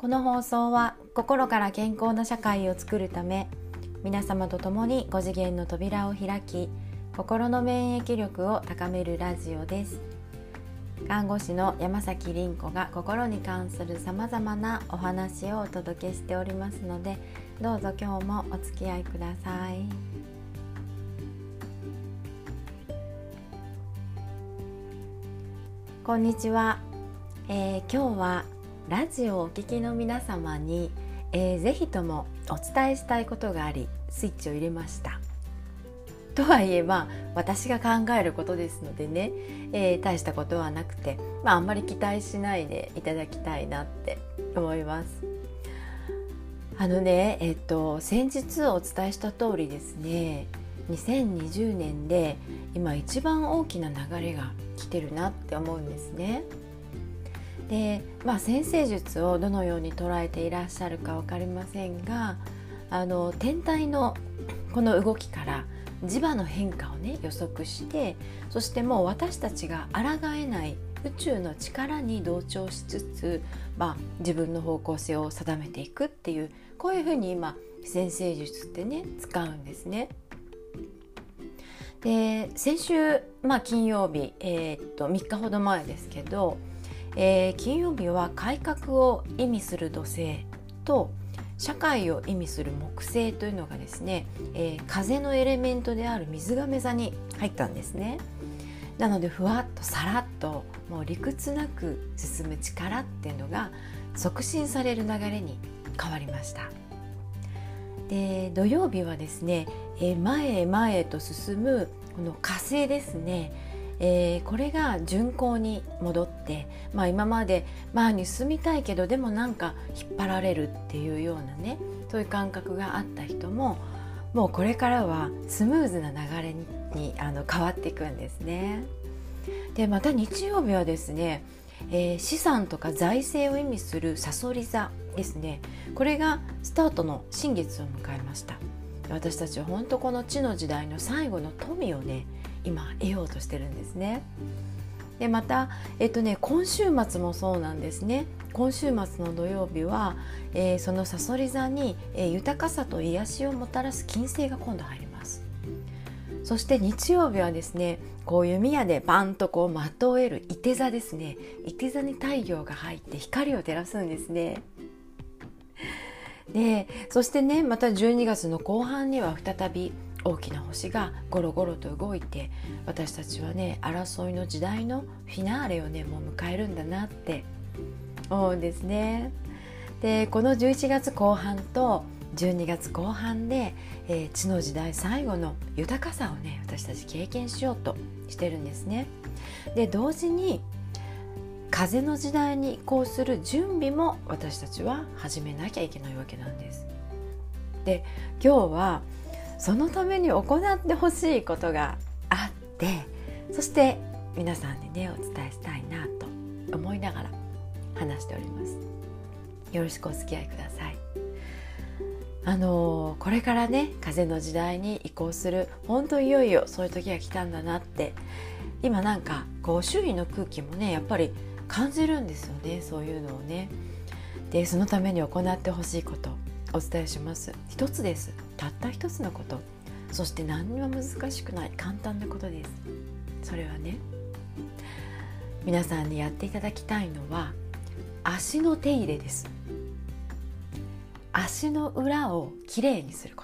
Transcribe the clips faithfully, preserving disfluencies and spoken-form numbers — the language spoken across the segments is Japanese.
この放送は心から健康な社会を作るため、皆様と共にご次元の扉を開き、心の免疫力を高めるラジオです。看護師の山崎凛子が心に関するさまざまなお話をお届けしておりますので、どうぞ今日もお付き合いください。こんにちは、えー、今日はラジオをお聞きの皆様に、えー、ぜひともお伝えしたいことがありスイッチを入れました。とはいえば私が考えることですのでね、えー、大したことはなくて、まあ、あんまり期待しないでいただきたいなって思います。あのね、えっと先日お伝えした通りですね、にせんにじゅうねんで今一番大きな流れが来てるなって思うんですね。で、まあ、占星術をどのように捉えていらっしゃるか分かりませんが、あの天体のこの動きから磁場の変化をね予測して、そしてもう私たちが抗えない宇宙の力に同調しつつ、まあ、自分の方向性を定めていくっていう、こういうふうに今占星術ってね使うんですね。で、先週、まあ、金曜日、えー、っとみっかほど前ですけど、えー、金曜日は改革を意味する土星と社会を意味する木星というのがですね、えー、風のエレメントである水亀座に入ったんですね。なのでふわっとさらっともう理屈なく進む力っていうのが促進される流れに変わりました。で、土曜日はですね、えー、前へ前へと進むこの火星ですね、えー、これが巡行に戻って、まあ、今まで前に進みたいけどでもなんか引っ張られるっていうようなね、そういう感覚があった人ももうこれからはスムーズな流れに、にあの変わっていくんですね。で、また日曜日はですね、えー、資産とか財政を意味するさそり座ですね、これがスタートの新月を迎えました。私たちは本当この地の時代の最後の富をね今得ようとしてるんですね。で、また、えっとね、今週末もそうなんですね。今週末の土曜日は、えー、そのさそり座に、えー、豊かさと癒しをもたらす金星が今度入ります。そして日曜日はですね、こう弓矢でパンとこう的を得る射手座ですね。射手座に太陽が入って光を照らすんですね。で、そしてね、またじゅうにがつの後半には再び大きな星がゴロゴロと動いて、私たちはね争いの時代のフィナーレをねもう迎えるんだなって思うんですね。で、このじゅういちがつこう半とじゅうにがつこう半で、えー、地の時代最後の豊かさをね私たち経験しようとしてるんですね。で、同時に風の時代に移行する準備も私たちは始めなきゃいけないわけなんです。で、今日はそのために行ってほしいことがあって、そして皆さんにねお伝えしたいなと思いながら話しております。よろしくお付き合いください。あのー、これからね風の時代に移行する、本当いよいよそういう時が来たんだなって、今なんかこう周囲の空気もねやっぱり感じるんですよね、そういうのをね。で、そのために行ってほしいことお伝えします。一つです。たった一つのこと。そして何にも難しくない簡単なことです。それはね、皆さんにやっていただきたいのは足の手入れです。足の裏をきれいにすること。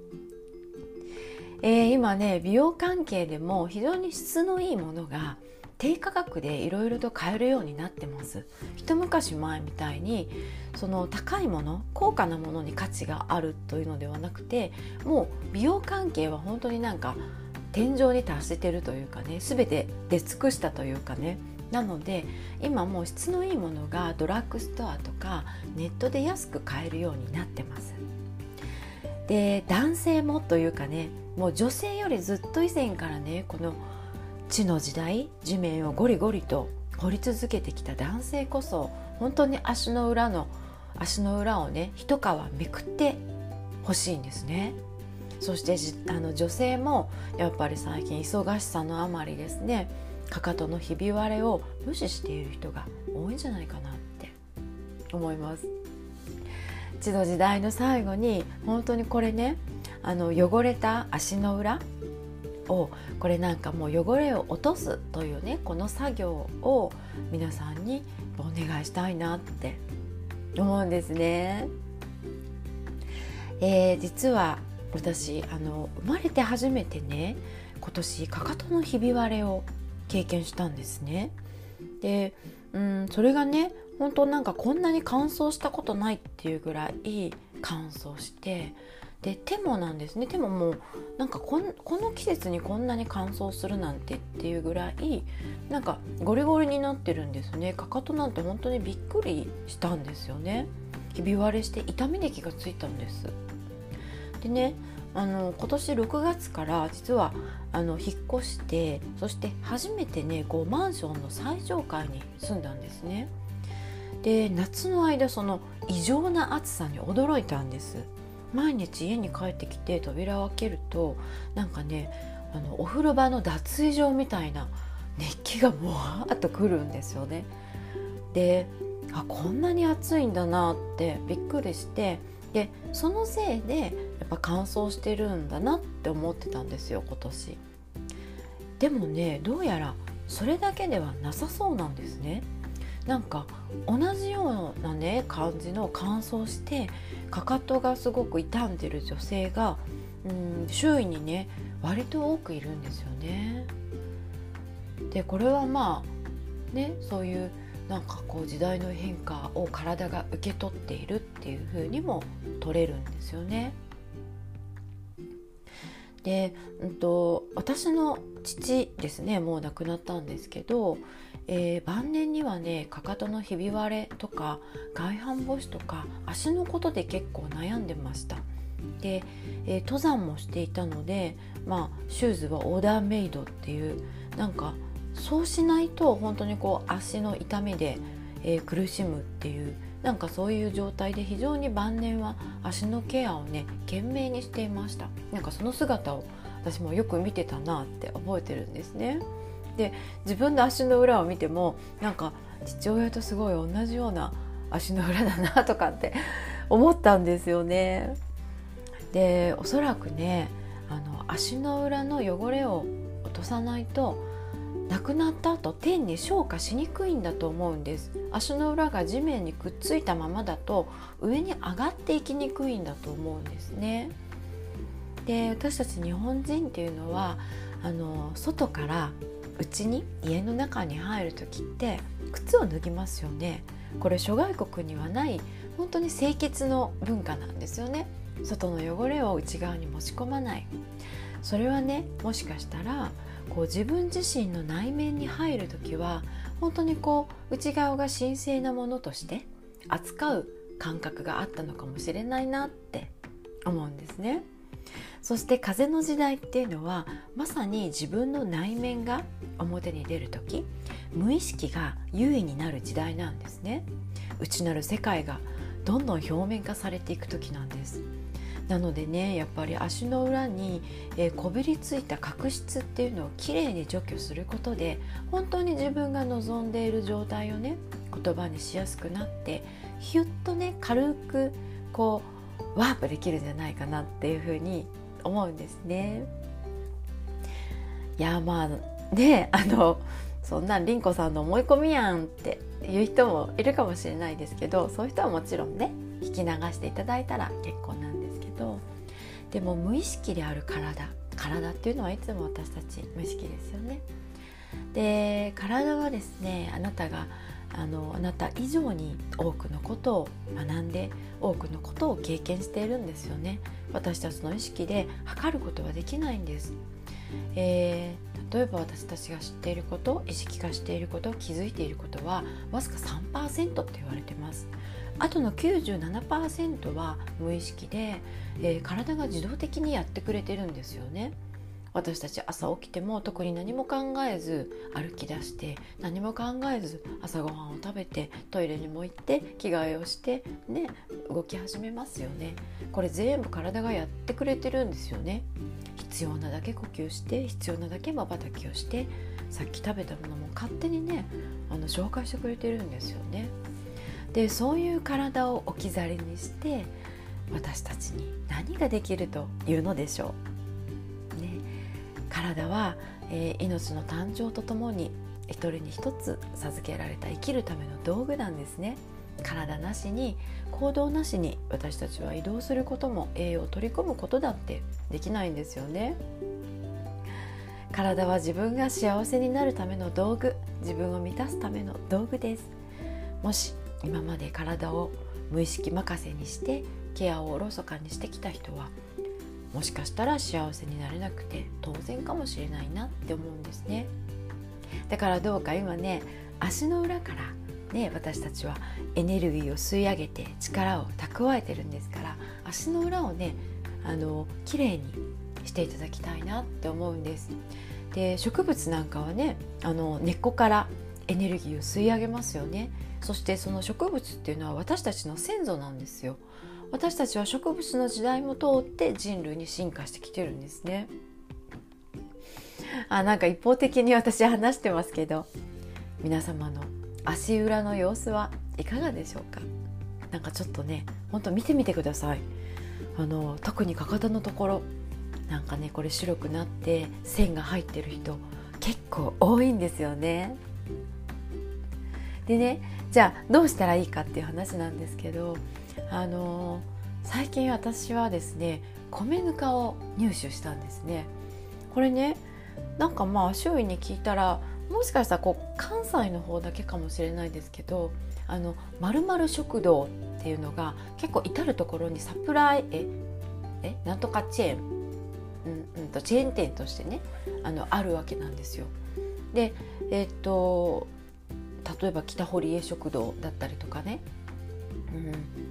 えー、今ね美容関係でも非常に質のいいものが低価格でいろいろと買えるようになってます。一昔前みたいにその高いもの、高価なものに価値があるというのではなくて、もう美容関係は本当になんか天井に達してるというかね、全て出尽くしたというかね。なので今もう質のいいものがドラッグストアとかネットで安く買えるようになってます。で、男性もというかね、もう女性よりずっと以前からねこの地の時代、地面をゴリゴリと掘り続けてきた男性こそ本当に足の裏の足の裏をね一皮めくってほしいんですね。そしてあの女性もやっぱり最近忙しさのあまりですね、かかとのひび割れを無視している人が多いんじゃないかなって思います。 地の時代の最後に本当にこれね、あの汚れた足の裏をこれなんかもう汚れを落とすというね、この作業を皆さんにお願いしたいなって思うんですね。えー、実は私あの生まれて初めてね、今年かかとのひび割れを経験したんですね。で、うん、それがね本当なんかこんなに乾燥したことないっていうぐらい乾燥して、で手もなんですね、手ももうなんかこんこの季節にこんなに乾燥するなんてっていうぐらいなんかゴリゴリになってるんですね。かかとなんて本当にびっくりしたんですよね。ひび割れして痛みで気がついたんです。でね、あの今年ろくがつから実はあの引っ越して、そして初めてねこうマンションの最上階に住んだんですね。で夏の間その異常な暑さに驚いたんです。毎日家に帰ってきて扉を開けるとなんかね、あのお風呂場の脱衣場みたいな熱気がもわーっとくるんですよね。で、あ、こんなに暑いんだなってびっくりして、でそのせいでやっぱ乾燥してるんだなって思ってたんですよ今年。でもね、どうやらそれだけではなさそうなんですね。なんか同じようなね感じの乾燥してかかとがすごく傷んでる女性が、うん、周囲にね割と多くいるんですよね。でこれはまあね、そういうなんかこう時代の変化を体が受け取っているっていう風にも取れるんですよね。で、うんと、私の父ですね、もう亡くなったんですけど、えー、晩年にはねかかとのひび割れとか外反母趾とか足のことで結構悩んでました。で、えー、登山もしていたので、まあ、シューズはオーダーメイドっていうなんかそうしないと本当にこう足の痛みで、えー、苦しむっていうなんかそういう状態で非常に晩年は足のケアをね懸命にしていました。なんかその姿を私もよく見てたなって覚えてるんですね。で自分の足の裏を見てもなんか父親とすごい同じような足の裏だなとかって思ったんですよね。でおそらくねあの足の裏の汚れを落とさないと亡くなった後天に昇華しにくいんだと思うんです。足の裏が地面にくっついたままだと上に上がっていきにくいんだと思うんですね。で私たち日本人っていうのはあの外から内に家の中に入る時って靴を脱ぎますよね。これ諸外国にはない本当に清潔の文化なんですよね。外の汚れを内側に持ち込まない。それはねもしかしたらこう自分自身の内面に入るときは本当にこう内側が神聖なものとして扱う感覚があったのかもしれないなって思うんですね。そして風の時代っていうのはまさに自分の内面が表に出るとき、無意識が優位になる時代なんですね。内なる世界がどんどん表面化されていくときなんです。なのでねやっぱり足の裏に、えー、こびりついた角質っていうのをきれいに除去することで本当に自分が望んでいる状態をね言葉にしやすくなってひゅっとね軽くこうワープできるんじゃないかなっていうふうに思うんですね。いやまあねあのそんなんりんこさんの思い込みやんっていう人もいるかもしれないですけど、そういう人はもちろんね聞き流していただいたら結構なんですけど、でも無意識である体体っていうのはいつも私たち無意識ですよね。で体はですねあなたがあのあなた以上に多くのことを学んで多くのことを経験しているんですよね。私たちの意識で測ることはできないんです。えー、例えば私たちが知っていること、意識化していること、気づいていることはわずか さんパーセント って言われてます。あとの きゅうじゅうななパーセント は無意識で、えー、体が自動的にやってくれてるんですよね。私たち朝起きても特に何も考えず歩き出して、何も考えず朝ごはんを食べてトイレにも行って着替えをしてね動き始めますよね。これ全部体がやってくれてるんですよね。必要なだけ呼吸して必要なだけ瞬きをして、さっき食べたものも勝手にねあの紹介してくれてるんですよね。 でそういう体を置き去りにして私たちに何ができるというのでしょう、ね、体は、えー、命の誕生とともに一人に一つ授けられた生きるための道具なんですね。体なしに行動なしに私たちは移動することも栄養を取り込むことだってできないんですよね。体は自分が幸せになるための道具、自分を満たすための道具です。もし今まで体を無意識任せにしてケアをおろそかにしてきた人は、もしかしたら幸せになれなくて当然かもしれないなって思うんですね。だからどうか今ね、足の裏からね、私たちはエネルギーを吸い上げて力を蓄えてるんですから、足の裏をね、あのきれいにしていただきたいなって思うんです。で、植物なんかはね、あの根っこからエネルギーを吸い上げますよね。そしてその植物っていうのは私たちの先祖なんですよ。私たちは植物の時代も通って人類に進化してきてるんですね。あ、なんか一方的に私話してますけど、皆様の足裏の様子はいかがでしょうか。なんかちょっとね、ほんと見てみてください。あの特にかかとのところなんかね、これ白くなって線が入ってる人結構多いんですよね。でね、じゃあどうしたらいいかっていう話なんですけど、あの最近私はですね、米ぬかを入手したんですね。これね、なんかまあ周囲に聞いたら、もしかしたらこう関西の方だけかもしれないですけど、あの〇〇食堂っていうのが結構至る所にサプライええなんとかチェーン、うんうん、とチェーン店としてね、あのあるわけなんですよ。で、えっと例えば北堀江食堂だったりとかね、うん、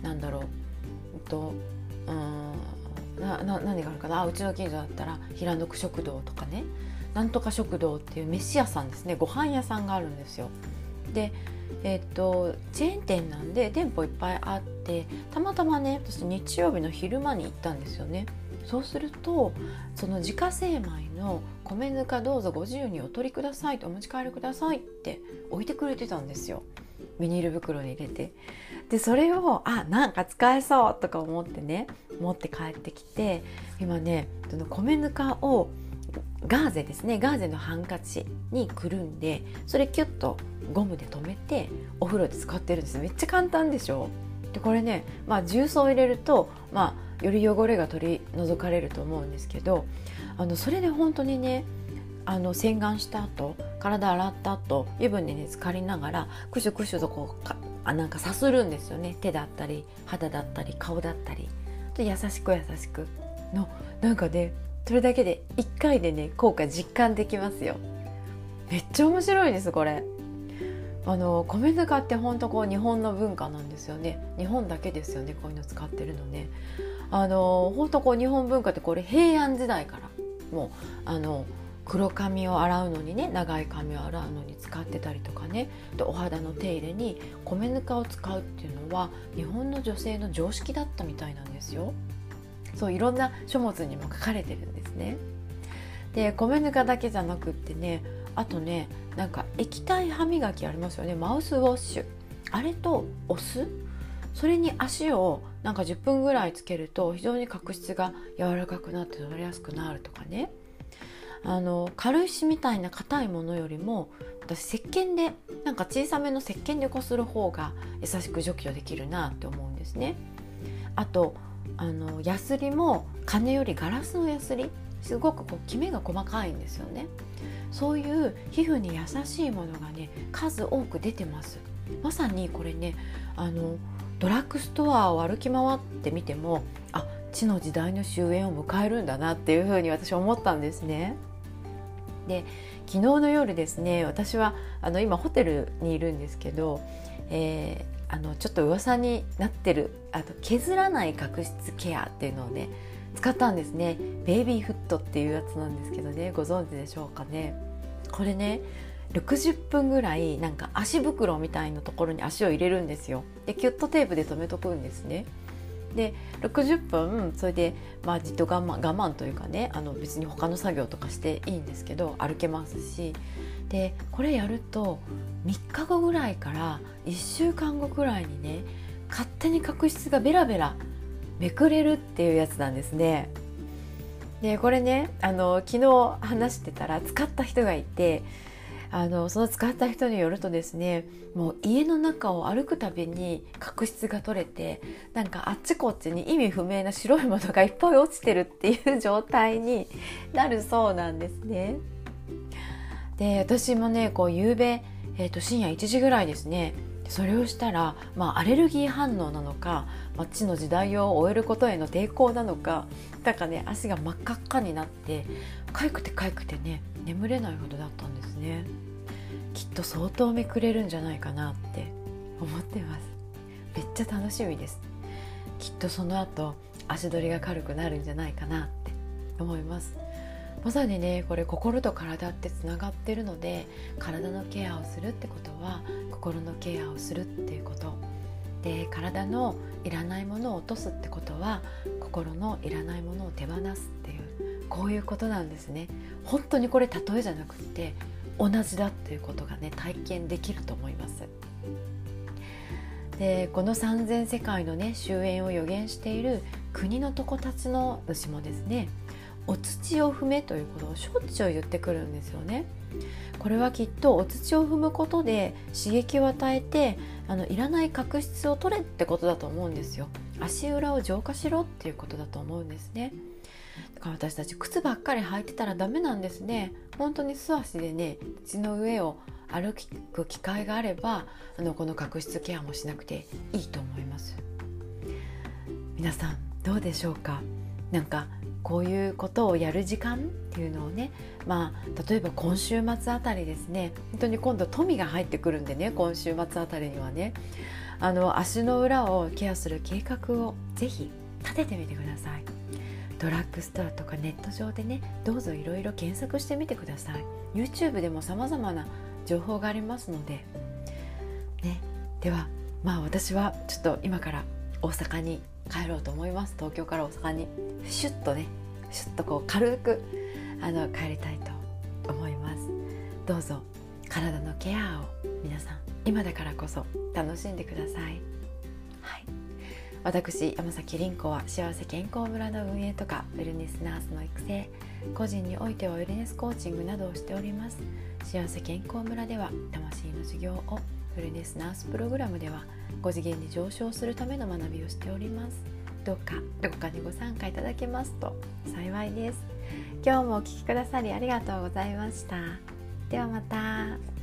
なんだろう、うんとうんなな何があるかな、うちの近所だったら平野区食堂とかね、なんとか食堂っていう飯屋さんですね、ご飯屋さんがあるんですよ。で、えっとチェーン店なんで店舗いっぱいあって、たまたまね、私日曜日の昼間に行ったんですよね。そうすると、その自家精米の米ぬかどうぞご自由にお取りくださいと、お持ち帰りくださいって置いてくれてたんですよ、ビニール袋に入れて。でそれをあなんか使えそうとか思ってね、持って帰ってきて、今ね、その米ぬかをガーゼですね、ガーゼのハンカチにくるんで、それキュッとゴムで留めてお風呂で使ってるんです。めっちゃ簡単でしょ。でこれね、まあ、重曹を入れると、まあ、より汚れが取り除かれると思うんですけど、あのそれで本当にね、あの洗顔した後、体洗った後、湯船に浸かりながらクシュクシュとこうかあなんかさするんですよね。手だったり肌だったり顔だったりで、優しく優しくの、なんかね、それだけでいっかいでね、効果実感できますよ。めっちゃ面白いです。これあの米ぬかって本当こう日本の文化なんですよね。日本だけですよね、こういうの使ってるのね。あの本当こう日本文化って、これ平安時代からもうあの黒髪を洗うのにね、長い髪を洗うのに使ってたりとかね、でお肌の手入れに米ぬかを使うっていうのは日本の女性の常識だったみたいなんですよ。そう、いろんな書物にも書かれてるんですね。で米ぬかだけじゃなくってね、あとね、なんか液体歯磨きありますよね、マウスウォッシュ。あれとお酢、それに足をなんかじゅっぷんぐらいつけると非常に角質が柔らかくなって取れやすくなるとかね。あの軽石みたいな硬いものよりも、私石鹸で、なんか小さめの石鹸でこする方が優しく除去できるなって思うんですね。あとあのヤスリも金よりガラスのヤスリ、すごくこうキメが細かいんですよね。そういう皮膚に優しいものがね、数多く出てます。まさにこれね、あのドラッグストアを歩き回ってみても、あ、地の時代の終焉を迎えるんだなっていうふうに私は思ったんですね。で昨日の夜ですね、私はあの今ホテルにいるんですけど、えー、あのちょっと噂になってるあと削らない角質ケアっていうのをね使ったんですね。ベイビーフットっていうやつなんですけどね、ご存知でしょうかね。これね、ろくじゅっぷんぐらいなんか足袋みたいなところに足を入れるんですよ。でキュッとテープで留めとくんですね。 でろくじゅっぷんそれで、まあ、じっと我慢、我慢というかね、あの別に他の作業とかしていいんですけど歩けますし、でこれやるとみっかごぐらいからいっしゅうかんごぐらいにね、勝手に角質がベラベラめくれるっていうやつなんですね。でこれね、あの昨日話してたら使った人がいて、あのその使った人によるとですね、もう家の中を歩くたびに角質が取れて、なんかあっちこっちに意味不明な白いものがいっぱい落ちてるっていう状態になるそうなんですね。で私もね、こう夕べ、えーと深夜いちじぐらいですね、それをしたら、まあ、アレルギー反応なのか、まあ、地の時代を終えることへの抵抗なのか、なんかね足が真っ赤っかになって痒くて痒くてね、眠れないほどだったんですね。きっと相当めくれるんじゃないかなって思ってます。めっちゃ楽しみです。きっとその後足取りが軽くなるんじゃないかなって思います。まさにね、これ心と体ってつながってるので、体のケアをするってことは心のケアをするっていうことで、体のいらないものを落とすってことは心のいらないものを手放すっていう、こういうことなんですね。本当にこれ例えじゃなくって同じだっていうことがね、体験できると思います。でこの三千世界のね終焉を予言している国の床たちの主もですね、お土を踏めということをしょっちゅう言ってくるんですよね。これはきっとお土を踏むことで刺激を与えて、あのいらない角質を取れってことだと思うんですよ。足裏を浄化しろっていうことだと思うんですね。だから私たち靴ばっかり履いてたらダメなんですね。本当に素足でね、土の上を歩く機会があれば、あのこの角質ケアもしなくていいと思います。皆さんどうでしょうか。なんかこういうことをやる時間っていうのをね、まあ例えば今週末あたりですね、本当に今度富が入ってくるんでね、今週末あたりにはね、あの足の裏をケアする計画をぜひ立ててみてください。ドラッグストアとかネット上でね、どうぞいろいろ検索してみてください。 YouTube でも様々な情報がありますので、ね、ではまあ私はちょっと今から大阪に帰ろうと思います。東京から大阪にシュッとね、シュッとこう軽くあの帰りたいと思います。どうぞ体のケアを皆さん今だからこそ楽しんでください。はい、私山崎凛子は幸せ健康村の運営とかウェルネスナースの育成、個人においてはウェルネスコーチングなどをしております。幸せ健康村では魂の授業を、ウェルネスナースプログラムではご次元に上昇するための学びをしております。どうかどこかにご参加いただけますと幸いです。今日もお聞きくださりありがとうございました。ではまた。